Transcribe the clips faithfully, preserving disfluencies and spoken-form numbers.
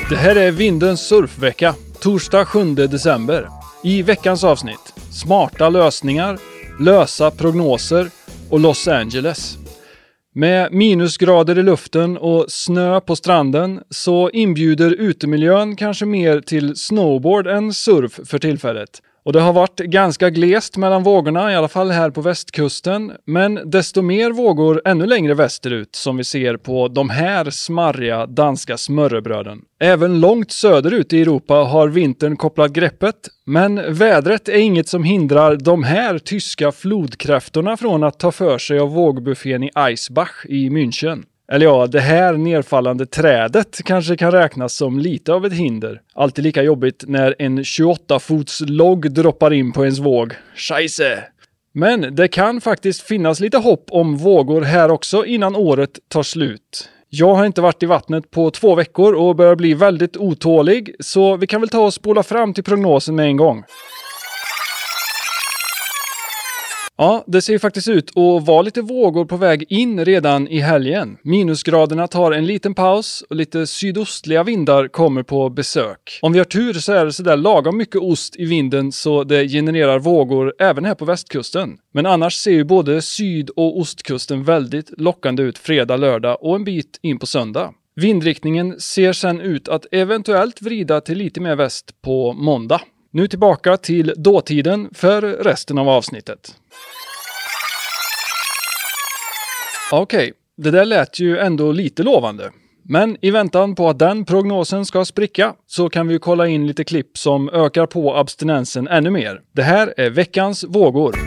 Det här är Vindens surfvecka, torsdag sjunde december. I veckans avsnitt, smarta lösningar, lösa prognoser och Los Angeles. Med minusgrader i luften och snö på stranden så inbjuder utemiljön kanske mer till snowboard än surf för tillfället. Och det har varit ganska glest mellan vågorna, i alla fall här på västkusten. Men desto mer vågor ännu längre västerut som vi ser på de här smarriga danska smörrebröden. Även långt söderut i Europa har vintern kopplat greppet. Men vädret är inget som hindrar de här tyska flodkräftorna från att ta för sig av vågbuffén i Eisbach i München. Eller ja, det här nedfallande trädet kanske kan räknas som lite av ett hinder. Alltid lika jobbigt när en tjugoåtta fots logg droppar in på ens våg. Scheisse! Men det kan faktiskt finnas lite hopp om vågor här också innan året tar slut. Jag har inte varit i vattnet på två veckor och börjar bli väldigt otålig, så vi kan väl ta och spola fram till prognosen med en gång. Ja, det ser faktiskt ut att vara lite vågor på väg in redan i helgen. Minusgraderna tar en liten paus och lite sydostliga vindar kommer på besök. Om vi har tur så är det sådär lagom mycket ost i vinden så det genererar vågor även här på västkusten. Men annars ser ju både syd- och ostkusten väldigt lockande ut fredag, lördag och en bit in på söndag. Vindriktningen ser sen ut att eventuellt vrida till lite mer väst på måndag. Nu tillbaka till dåtiden för resten av avsnittet. Okej, okay, det där lät ju ändå lite lovande. Men i väntan på att den prognosen ska spricka så kan vi kolla in lite klipp som ökar på abstinensen ännu mer. Det här är veckans vågor.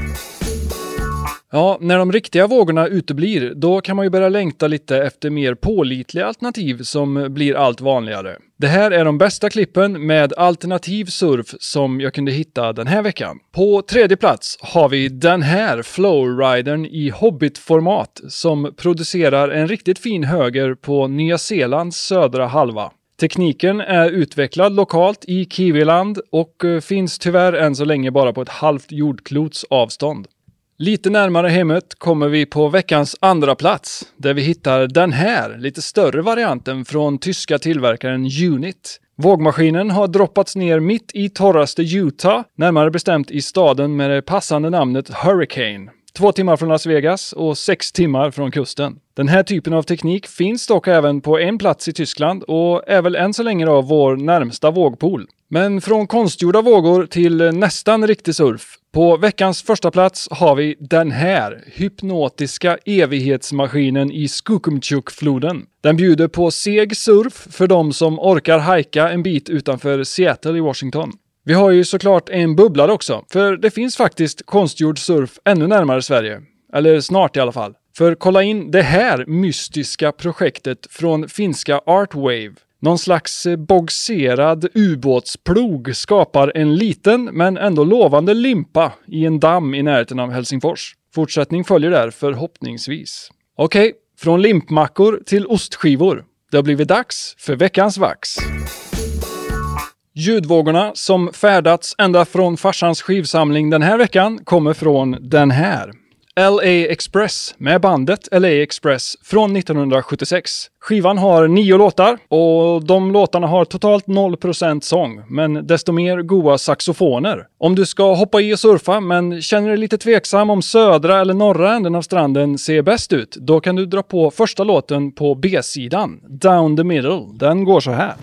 Ja, när de riktiga vågorna uteblir, då kan man ju börja längta lite efter mer pålitliga alternativ som blir allt vanligare. Det här är de bästa klippen med alternativ surf som jag kunde hitta den här veckan. På tredje plats har vi den här Flowridern i Hobbit-format som producerar en riktigt fin höger på Nya Zeelands södra halva. Tekniken är utvecklad lokalt i Kiwiland och finns tyvärr än så länge bara på ett halvt jordklots avstånd. Lite närmare hemmet kommer vi på veckans andra plats där vi hittar den här lite större varianten från tyska tillverkaren Unit. Vågmaskinen har droppats ner mitt i torraste Utah, närmare bestämt i staden med det passande namnet Hurricane. Två timmar från Las Vegas och sex timmar från kusten. Den här typen av teknik finns dock även på en plats i Tyskland och är väl än så länge då vår närmsta vågpool. Men från konstgjorda vågor till nästan riktig surf. På veckans första plats har vi den här hypnotiska evighetsmaskinen i Skookumchuck-floden. Den bjuder på seg surf för de som orkar hajka en bit utanför Seattle i Washington. Vi har ju såklart en bubblare också, för det finns faktiskt konstgjord surf ännu närmare Sverige. Eller snart i alla fall. För kolla in det här mystiska projektet från finska Artwave. Någon slags boxerad ubåtsplog skapar en liten men ändå lovande limpa i en damm i närheten av Helsingfors. Fortsättning följer där förhoppningsvis. Okej, från limpmackor till ostskivor. Det har blivit dags för veckans vax. Ljudvågorna som färdats ända från farsans skivsamling den här veckan kommer från den här. L A Express med bandet L A Express från nittonhundrasjuttiosex. Skivan har nio låtar och de låtarna har totalt noll procent sång, men desto mer goa saxofoner. Om du ska hoppa i och surfa men känner dig lite tveksam om södra eller norra änden av stranden ser bäst ut, då kan du dra på första låten på B-sidan, Down the Middle. Den går så här.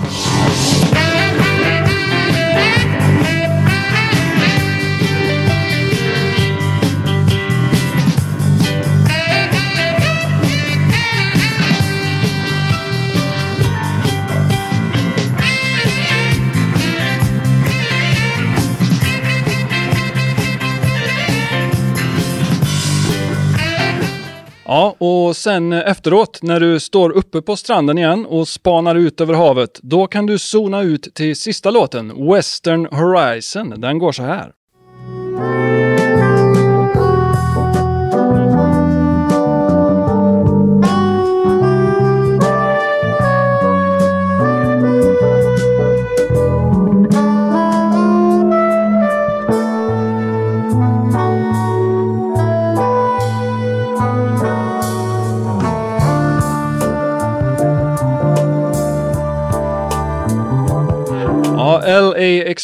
Ja, och sen efteråt när du står uppe på stranden igen och spanar ut över havet, då kan du zona ut till sista låten, Western Horizon. Den går så här.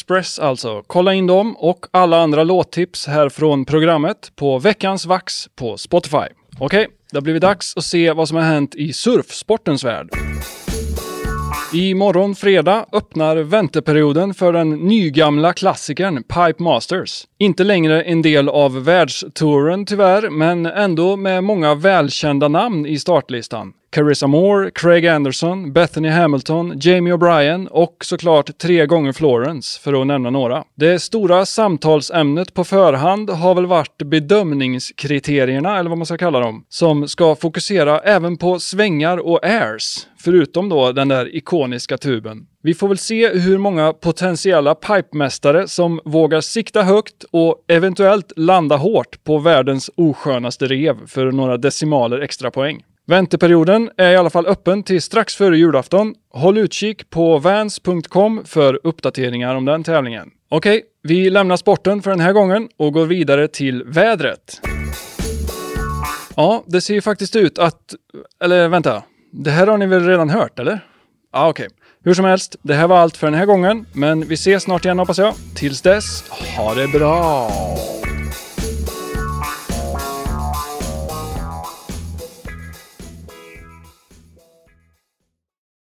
Express alltså. Kolla in dem och alla andra låttips här från programmet på Veckans Vax på Spotify. Okej, det har blivit dags att se vad som har hänt i surfsportens värld. I morgon fredag öppnar vänteperioden för den nygamla klassikern Pipe Masters. Inte längre en del av världstouren tyvärr, men ändå med många välkända namn i startlistan. Carissa Moore, Craig Anderson, Bethany Hamilton, Jamie O'Brien och såklart tre gånger Florence för att nämna några. Det stora samtalsämnet på förhand har väl varit bedömningskriterierna eller vad man ska kalla dem, som ska fokusera även på svängar och airs, förutom då den där ikoniska tuben. Vi får väl se hur många potentiella pipemästare som vågar sikta högt och eventuellt landa hårt på världens oskönaste rev för några decimaler extra poäng. Vänteperioden är i alla fall öppen till strax före julafton. Håll utkik på vans punkt com för uppdateringar om den tävlingen. Okej, vi lämnar sporten för den här gången och går vidare till vädret. Ja, det ser ju faktiskt ut att... Eller vänta, det här har ni väl redan hört, eller? Ja, okej. Hur som helst, det här var allt för den här gången. Men vi ses snart igen hoppas jag. Tills dess, ha det bra!